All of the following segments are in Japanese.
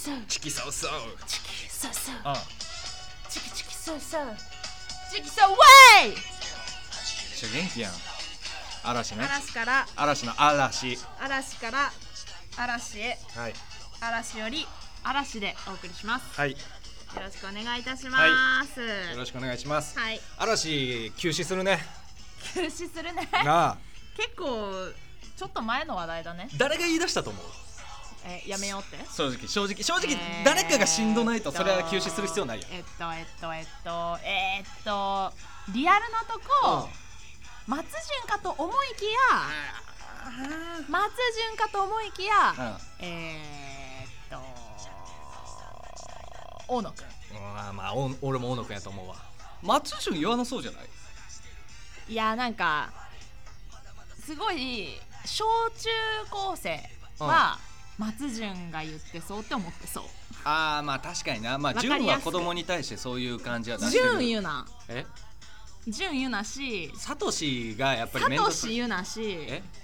そうチキソウソウチキそうそうあチキチキそうそうチキそうウェイ。 元気やん。嵐ね。 嵐から嵐の嵐。 嵐から嵐へ、 はい。 嵐より嵐でお送りします。 はい。 よろしくお願いいたします。 よろしくお願いします。 はい。 嵐休止するね。 休止するね。 なあ。 結構ちょっと前の話題だね。 誰が言い出したと思う？ やめようって。 正直、誰かがしんどないとそれは休止する必要ないやん。 リアルなとこ、松潤かと思いきや、大野くん。 まあ俺も大野くんやと思うわ。松潤言わなそうじゃない？ いや、なんかすごい小中高生は松潤が言ってそうって思ってそう。 まあ確かにな。まあ潤は子供に対してそういう感じは出してる。 潤言うな。潤言うなし、 サトシがやっぱりサトシ言うなし、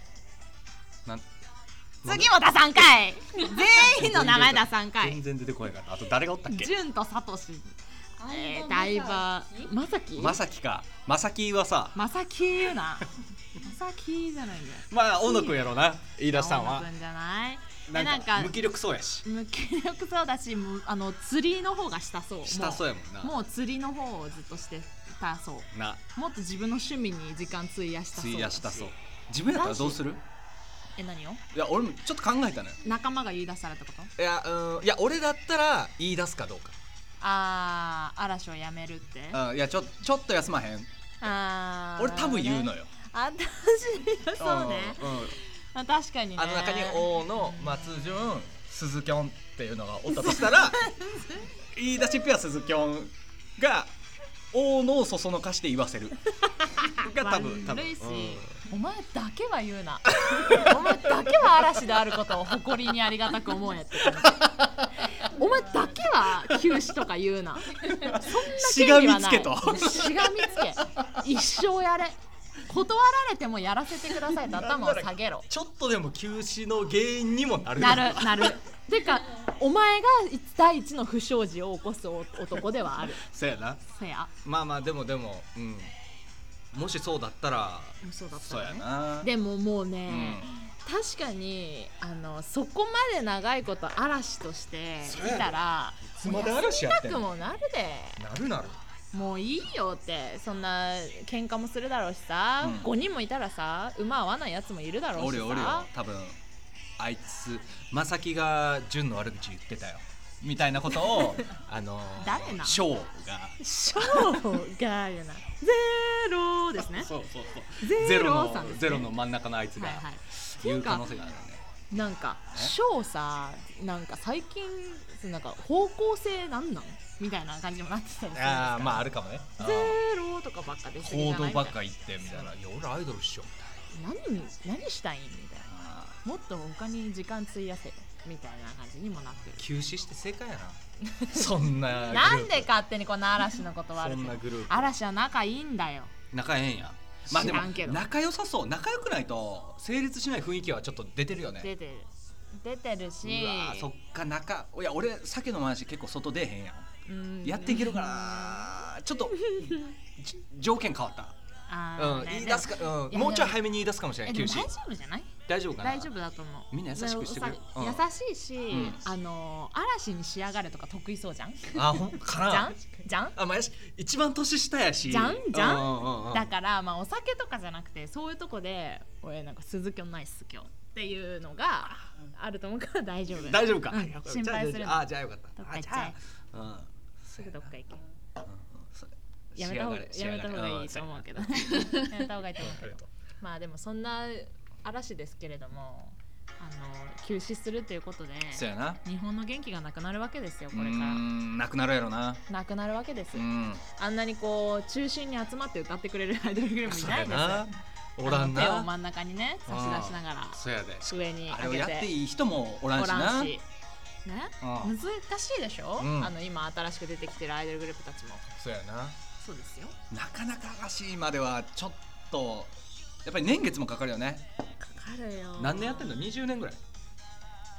次も出さんかい。全員の名前出さんかい。 全然出てこないから。あと誰がおったっけ？ 潤とサトシ、相葉、まさきか。 まさきはさ、 まさき言うな。まさきじゃないんだよ。 まあ大野くんやろうな、言い出したんは。 大野くんじゃない。 なんか無気力そうやし。 無気力そうだし、釣りの方がしたそう。 したそうやもんな。 もう釣りの方をずっとしてたそうな。 もっと自分の趣味に時間費やしたそう。 自分やったらどうする？ 何を？ いや俺もちょっと考えたのよ。 仲間が言い出したらってこと？ いや俺だったら言い出すかどうか。 嵐をやめるって。 いやちょっと休まへん。俺多分言うのよ。 私そうね。確かにね。 中に大野、松潤、鈴キョンっていうのがおったとしたら言い出しっぺは鈴キョンが大野をそそのかして言わせるが多分悪いし、お前だけは言うな。お前だけは嵐であることを誇りにありがたく思えって感じ。お前だけは休止とか言うな。そんなしがみつけと。 しがみつけ。一生やれ。断られてもやらせてくださいと頭を下げろ。 ちょっとでも休止の原因にもなる。 なる。てかお前が第一の不祥事を起こす男ではある。 そやな。まあでも、もしそうだったらそうやな。 でももうね、確かにそこまで長いこと嵐としていたらいつまで嵐やってんの？ 休みたくもなるで。 なる。 もういいよって。そんな喧嘩もするだろうしさ、5人もいたらさ馬合わないやつもいるだろうしさ。 おるよ多分。あいつまさきが潤の悪口言ってたよみたいなことを誰な？ ショーが言うな。ゼロですね。 そうゼロさんですね。 ゼロの真ん中のあいつが言う可能性があるよね。 なんかショーさ、なんか最近なんか方向性なんみたいな感じにもなってたんですよ。 まああるかもね。 ゼロとかばっかで行動ばっか言ってみたいな。いや俺アイドルっしょみたいな。 何したいんみたいな。もっと他に時間費やせみたいな感じにもなってる。 休止して正解やな。そんななんで勝手にこんな嵐のこと悪く。 そんなグループ。 嵐は仲いいんだよ。 仲ええんや。まあでも仲良さそう。仲良くないと成立しない雰囲気はちょっと出てるよね。 出てるし。 そっか。いや俺酒の話結構外出えへんやん。やっていけるかな。ちょっと条件変わった。言い出すか。もうちょい早めに言い出すかもしれない。休止大丈夫じゃない？ 大丈夫かな。 大丈夫だと思う。 みんな優しくしてくれる。 優しいし、嵐に仕上がるとか得意そうじゃん。 かな。 じゃん。 一番年下やし。 じゃん。だからお酒とかじゃなくてそういうとこで俺なんか鈴キョンナイス今日っていうのがあると思うから大丈夫。 大丈夫か。 心配する。 じゃあよかった。 どっか行っちゃえ。すぐどっか行け。やめた方がいいと思うけど。やめた方がいいと思うけど。まあでもそんな嵐ですけれども、休止するということで、 そうやな。 日本の元気がなくなるわけですよ。これからなくなるやろな。 なくなるわけです。あんなにこう中心に集まって歌ってくれるアイドルグループいないんですよ。 おらんな。 手を真ん中にね差し出しながら上に上げて、 あれをやっていい人もおらんしな。 難しいでしょ。今新しく出てきてるアイドルグループたちも。 そうやな。 そうですよ。 なかなか嵐まではちょっとやっぱり年月もかかるよね。 かかるよ。 何年やってんの？20年ぐらい。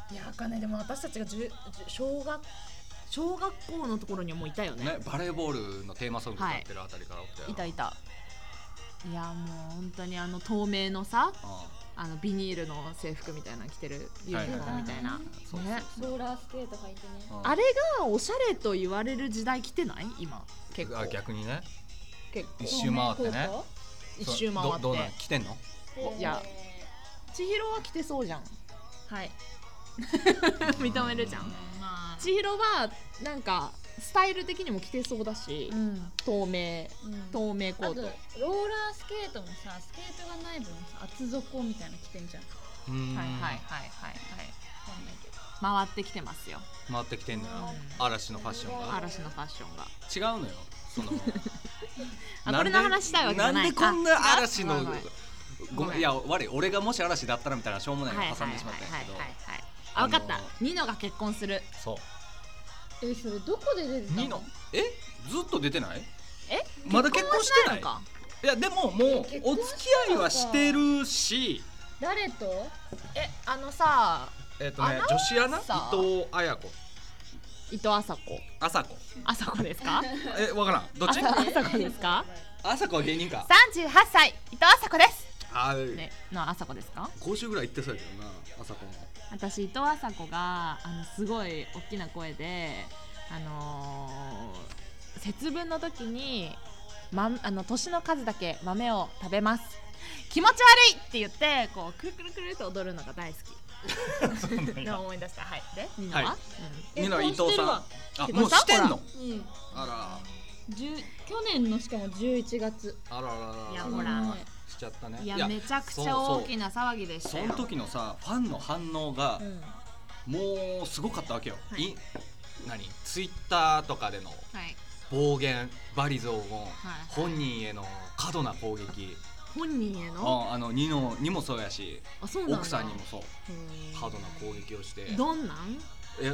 いやわかんない。でも私たちが小学校のところにはもういたよね。 バレーボールのテーマソング歌ってるあたりから起きたよ。 いた。いやもう本当に透明のさ、ビニールの制服みたいなの着てるユニフォームみたいな、ね、 ローラースケート履いてね、 あれがおしゃれと言われる時代来てない今結構。 逆にね、 結構一周回ってね、 一周回って。 どうなん着てんの？ いや千尋は着てそうじゃん。はい認めるじゃん。千尋はなんかスタイル的にも着てそうだし、透明コート。 あとローラースケートもさ、スケートがない分さ厚底みたいなの着てんじゃん。 はい回ってきてますよ。 回ってきてんのよ、嵐のファッションが。 嵐のファッションが違うのよ、そのこれの話したいわけじゃない。 なんでこんな嵐のごめん、いや俺がもし嵐だったらみたいなしょうもないの挟んでしまったんやけど、 分かった。ニノが結婚する。 そう。 それどこで出てたの？ ニノずっと出てない？ まだ結婚してない？いやでももうお付き合いはしてるし。 誰と？ さ女子アナ伊藤綾子。 伊藤麻子。麻子ですか？ わからん。どっち？ 麻子ですか？ 麻子は芸人か。 38歳伊藤麻子です。の麻子ですか ？50ぐらい言ってそうやけどな、麻子も。 私伊藤麻子がすごい大きな声で節分の時に、年の数だけ豆を食べます、気持ち悪いって言ってこうくるくるくるって踊るのが大好きの思い出した。はい。でニノは？ ニノは伊藤さん。もうしてんの？あら。 去年のしかも11月。 あら。 いやほらしちゃったね。 いやめちゃくちゃ大きな騒ぎでしたよ。 その時のさファンの反応がもうすごかったわけよ。ツイッターとかでの暴言、罵詈雑言、本人への過度な攻撃。 本人への？ ニノにもそうやし、奥さんにもそう。過度な攻撃をして。 どんなん？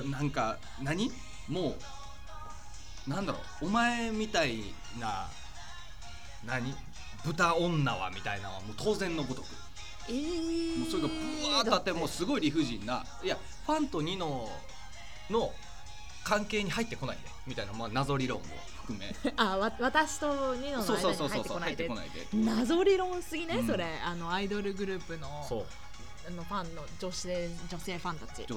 なんかもうなんだろう、お前みたいな豚女はみたいなのはもう当然のごとく、もうそれがブワーッとあって、もうすごい理不尽な、いやファンとニノの関係に入ってこないでみたいな、謎理論を含め私とニノの間に入ってこないで謎理論すぎね、それアイドルグループのファンの女性ファンたち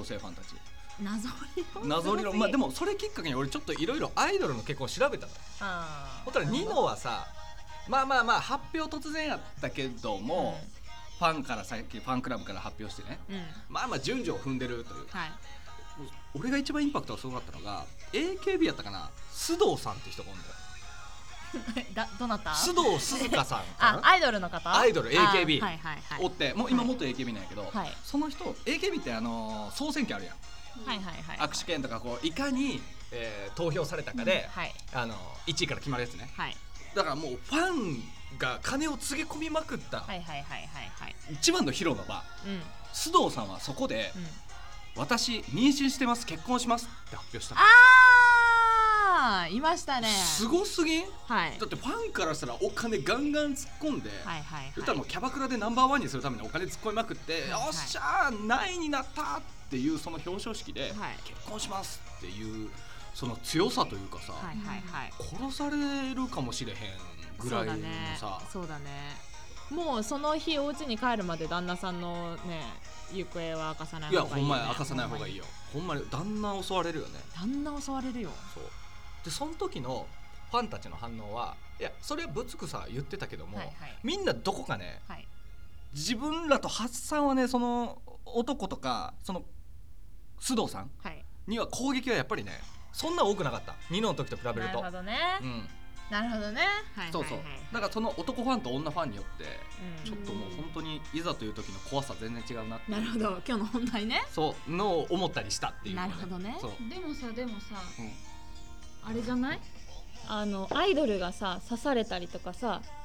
謎理論。でもそれきっかけに俺ちょっといろいろアイドルの結婚を調べたの。ほったらニノはさ、発表突然やったけども、ファンからさっきファンクラブから発表してね、順序を踏んでるというか、俺が一番インパクトがすごかったのが AKB やったかな、須藤さんって人がおるんだよ。 どなた？ 須藤鈴香さんかな。 アイドルの方？ アイドル AKB おって、もう今元 AKB なんやけど、その人 AKB って総選挙あるやん。握手券とかこういかに投票されたかで1位から決まるやつね。だからもうファンが金をつげ込みまくった一番のヒロの場、須藤さんはそこで私妊娠してます、結婚しますって発表したの。 いましたね。 すごすぎん？だってファンからしたらお金ガンガン突っ込んで、言ったらもうキャバクラでナンバーワンにするためにお金突っ込みまくって、よっしゃー何位になったっていうその表彰式で結婚しますっていうその強さというかさ、殺されるかもしれへんぐらいのさ。 そうだね。もうその日お家に帰るまで旦那さんのね行方は明かさない方がいいよね。 いやほんまに明かさない方がいいよ。ほんまに旦那襲われるよね。 旦那襲われるよ。そうでその時のファンたちの反応は、いやそれはぶつくさ言ってたけども、みんなどこかね、自分らとハッサンはね、その男とかその須藤さんには攻撃はやっぱりねそんな多くなかった。ニノの時と比べると。 なるほどね。なるほどね。 そうだからその男ファンと女ファンによってちょっともう本当にいざという時の怖さ全然違うなって。 なるほど、今日の本題ね。 そうのを思ったりしたっていう。 なるほどね。 でもさあれじゃない？アイドルがさ刺されたりとかさ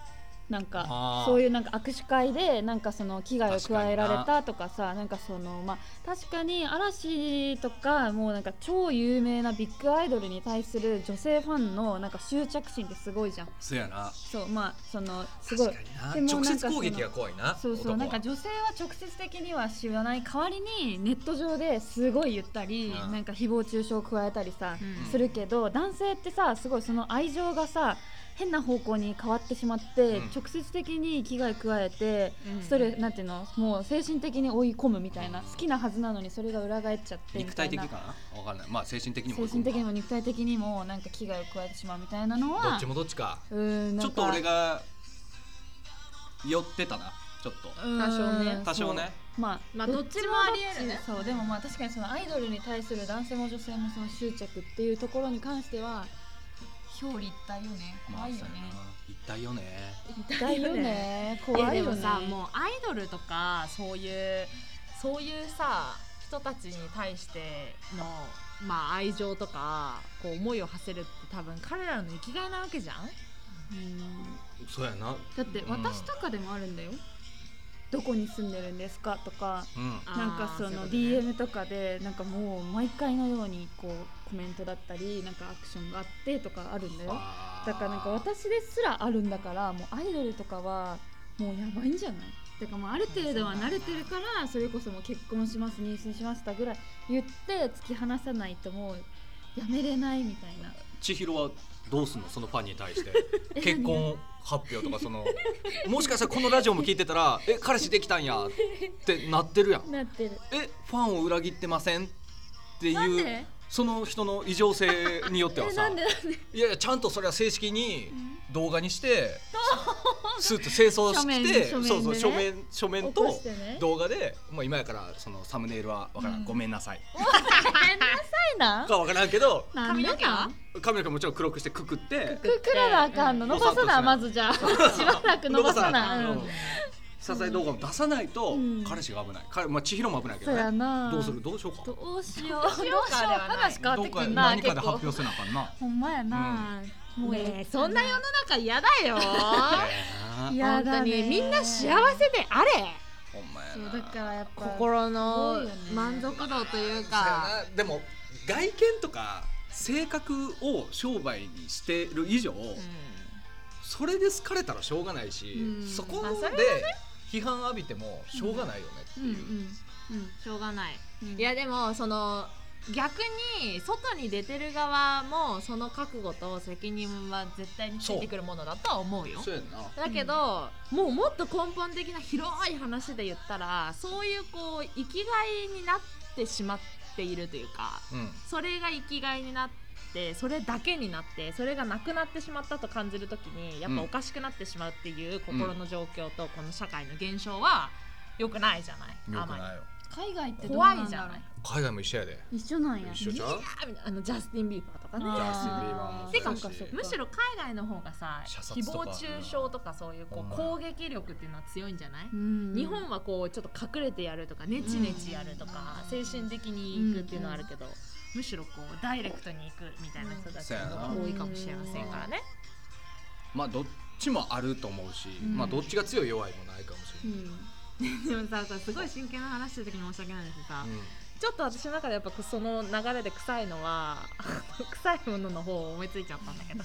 なんかそういうなんか握手会でなんかその危害を加えられたとかさ、なんかそのまあ確かに嵐とかもうなんか超有名なビッグアイドルに対する女性ファンのなんか執着心ってすごいじゃん。 そうやな。 そうまあそのすごい。 でも直接攻撃が怖いな。 そうそうなんか女性は直接的には知らない代わりにネット上ですごい言ったり、なんか誹謗中傷を加えたりさ、するけど男性ってさすごいその愛情がさ変な方向に変わってしまって、直接的に危害加えて、ストレスなんていうのもう精神的に追い込むみたいな、好きなはずなのにそれが裏返っちゃってみたいな。 肉体的かな分かんない。まあ精神的にも追い込むか。 精神的にも肉体的にもなんか危害を加えてしまうみたいなのはどっちもどっちか。ちょっと俺が寄ってたな。ちょっと多少ね。 まあどっちもありえるね。そうでもまあ確かにそのアイドルに対する男性も女性もその執着っていうところに関しては表裏一体よね。怖いよね。 一体よね。 一体よね。怖いよね。 でもさもうアイドルとかそういうさ人たちに対してのまあ愛情とかこう思いを馳せるって多分彼らの生きがいなわけじゃん。 そうやな。 だって私とかでもあるんだよ。どこに住んでるんですかとか、なんかその DM とかでなんかもう毎回のようにこうコメントだったりなんかアクションがあってとかあるんだよ。だからなんか私ですらあるんだからもうアイドルとかはもうやばいんじゃない？てかもうある程度は慣れてるからそれこそもう結婚します妊娠しましたぐらい言って突き放さないともうやめれないみたいな。 千尋はどうすんのそのファンに対して結婚発表とかそのもしかしたらこのラジオも聞いてたら彼氏できたんやってなってるやん。 なってる。 ファンを裏切ってませんっていうその人の異常性によってはさいやちゃんとそれは正式に動画にしてスーツ清掃して書面と動画でもう今やからそのサムネイルは分からん、ごめんなさいごめんなさいなか分からんけど髪の毛はもちろん黒くしてくくってくくらなあかんの伸ばさなまずじゃあしばらく伸ばさな謝罪動画も出さないと彼氏が危ない。まあ千尋も危ないけどね。どうしようか。 どうしよう話変わってくるな。 何かで発表せなあかんな。 ほんまやな。 もうそんな世の中嫌だよ。 嫌だね。 みんな幸せであれ。 ほんまやな。そうだからやっぱ心の満足度というか。 でも外見とか性格を商売にしてる以上。それで好かれたらしょうがないし、そこで批判浴びてもしょうがないよねっていう。 しょうがない。いやでもその逆に外に出てる側もその覚悟と責任は絶対についてくるものだとは思うよ。だけど、もっと根本的な広い話で言ったらそういうこう生きがいになってしまっているというか、それが生きがいになってそれだけになってそれがなくなってしまったと感じるときにやっぱおかしくなってしまうっていう心の状況とこの社会の現象は良くないじゃない。 良くないよ。 海外ってどうなんだろう。 怖いじゃない。 海外も一緒やで。 一緒なんや。 一緒じゃん。 ジャスティン・ビーバーとかね。 ジャスティン・ビーバーもてかむしろ海外の方がさ誹謗中傷とかそういうこう攻撃力っていうのは強いんじゃない？日本はこうちょっと隠れてやるとかネチネチやるとか精神的にいくっていうのはあるけど、むしろこうダイレクトに行くみたいな人たちが多いかもしれませんからね。 まあどっちもあると思うし、まあどっちが強い弱いもないかもしれない。 でもさすごい真剣な話してる時に申し訳ないんですけどさ、ちょっと私の中でやっぱその流れで臭いのは臭いものの方を思いついちゃったんだけど、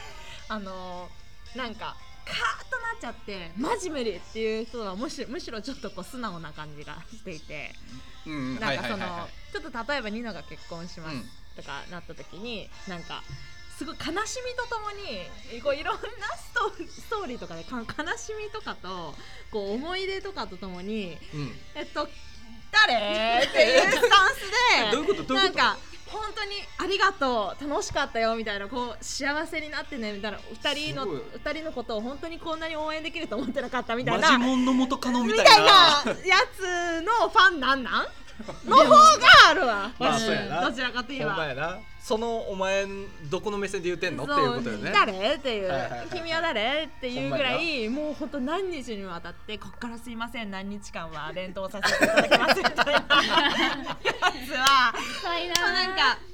なんかカーッとなっちゃってマジ無理っていう人はむしろちょっとこう素直な感じがしていて、なんかそのちょっと例えばニノが結婚しますとかなった時になんかすごい悲しみとともにこういろんなストーリーとかで悲しみとかとこう思い出とかとともに、誰っていうスタンスでどういうことなんか本当にありがとう楽しかったよみたいなこう幸せになってねみたいな2人のことを本当にこんなに応援できると思ってなかったみたいなマジモンの元カノみたいなやつのファンなんの方があるわ。 まあそうやな。 どちらかといえば。 ほんまやな。そのお前どこの目線で言ってんのっていうことよね。 誰っていう、君は誰っていうぐらいもうほんと何日にわたってこっからすいません何日間は連投させていただきますみたいなやつはなんかちょっ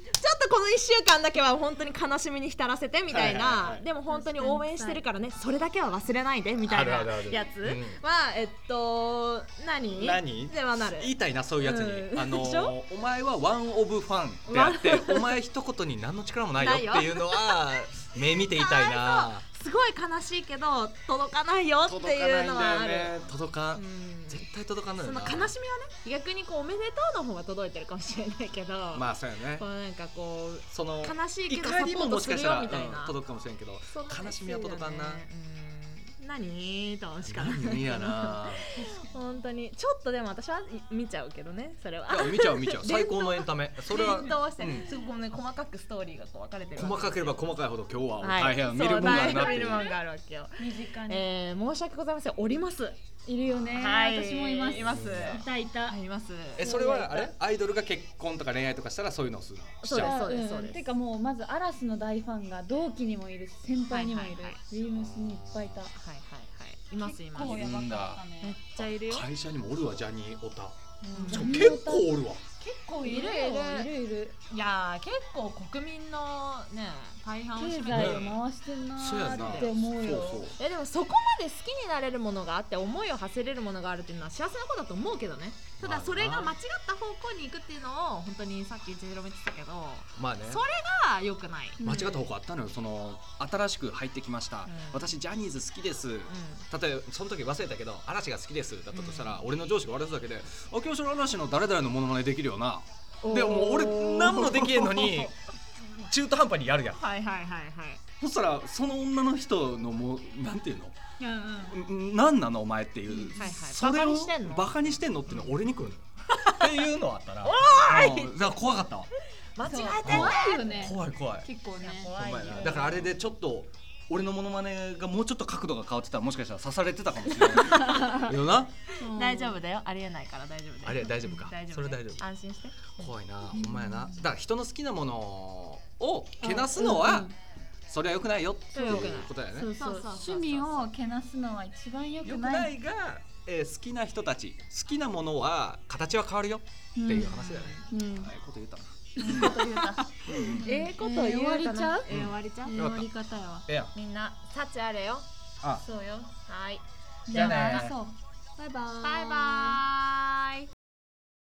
とこの1週間だけは本当に悲しみに浸らせてみたいな、でも本当に応援してるからね、それだけは忘れないでみたいなやつは何ではなる。 言いたいな、そういうやつに、お前はワンオブファンであってお前一言に何の力もないよっていうのは目見て言いたいな。 すごい悲しいけど届かないよっていうのはある。 届かん、絶対届かんのよな。 その悲しみはね、逆にこうおめでとうの方が届いてるかもしれないけど、 まあそうよね、 こうなんかこうその悲しいけどサポートするよみたいな、 届くかもしれんけど、悲しみは届かんな。 何としか何やな本当にちょっとでも私は見ちゃうけどね、それは。 いや見ちゃう最高のエンタメ。それは連動してすごくね、細かくストーリーがこう分かれてる。 細かければ細かいほど今日は大変見るものがあるなっていう。 見るものがあるわけよ。 身近に。 申し訳ございません、おります。 いるよね。私もいます。 います。 いた。 います。 それはあれ？アイドルが結婚とか恋愛とかしたらそういうのをするの？ そうです。 てかもうまず嵐の大ファンが同期にもいるし先輩にもいる。ビームスにいっぱいいた。います。 結構やばかったね。 めっちゃいるよ。 会社にもおるわ、ジャニーオタ。結構おるわ。 結構いる。 いや結構国民のね大半を占めてる。 経済を回してんなーって思うよ。 でもそこまで好きになれるものがあって思いを馳せれるものがあるっていうのは幸せなことだと思うけどね。ただそれが間違った方向に行くっていうのを本当にさっき千尋も言ってたけど、 まあね、 それが良くない。 間違った方向あったのよ。その新しく入ってきました、私ジャニーズ好きです、例えばその時忘れたけど嵐が好きですだったとしたら、俺の上司が悪いだけで今日嵐の誰々のモノマネできるよな、でも俺何もできへんのに中途半端にやるやん。そしたらその女の人のもうなんていうの、何なのお前っていう、それをバカにしてんのっていうのは俺に来るのっていうのあったらだから怖かったわ。 間違えて怖いよね。 怖い結構ね。 だからあれでちょっと俺のモノマネがもうちょっと角度が変わってたらもしかしたら刺されてたかもしれないよな。 大丈夫だよ、ありえないから大丈夫だよ。 あれ大丈夫か、それ大丈夫。 安心して。 怖いな、ほんまやな。だから人の好きなものをけなすのはそれは良くないよっていうことだよね。 趣味をけなすのは一番良くない。 良くないが、好きな人たち、好きなものは形は変わるよっていう話だよね。ああいうこと言ったな。 終わりちゃう？ 終わりちゃう？ 終わり方やわ。 みんな幸あれよ。 そうよ。 はい。 じゃあね。バイバーイ。 バイバーイ。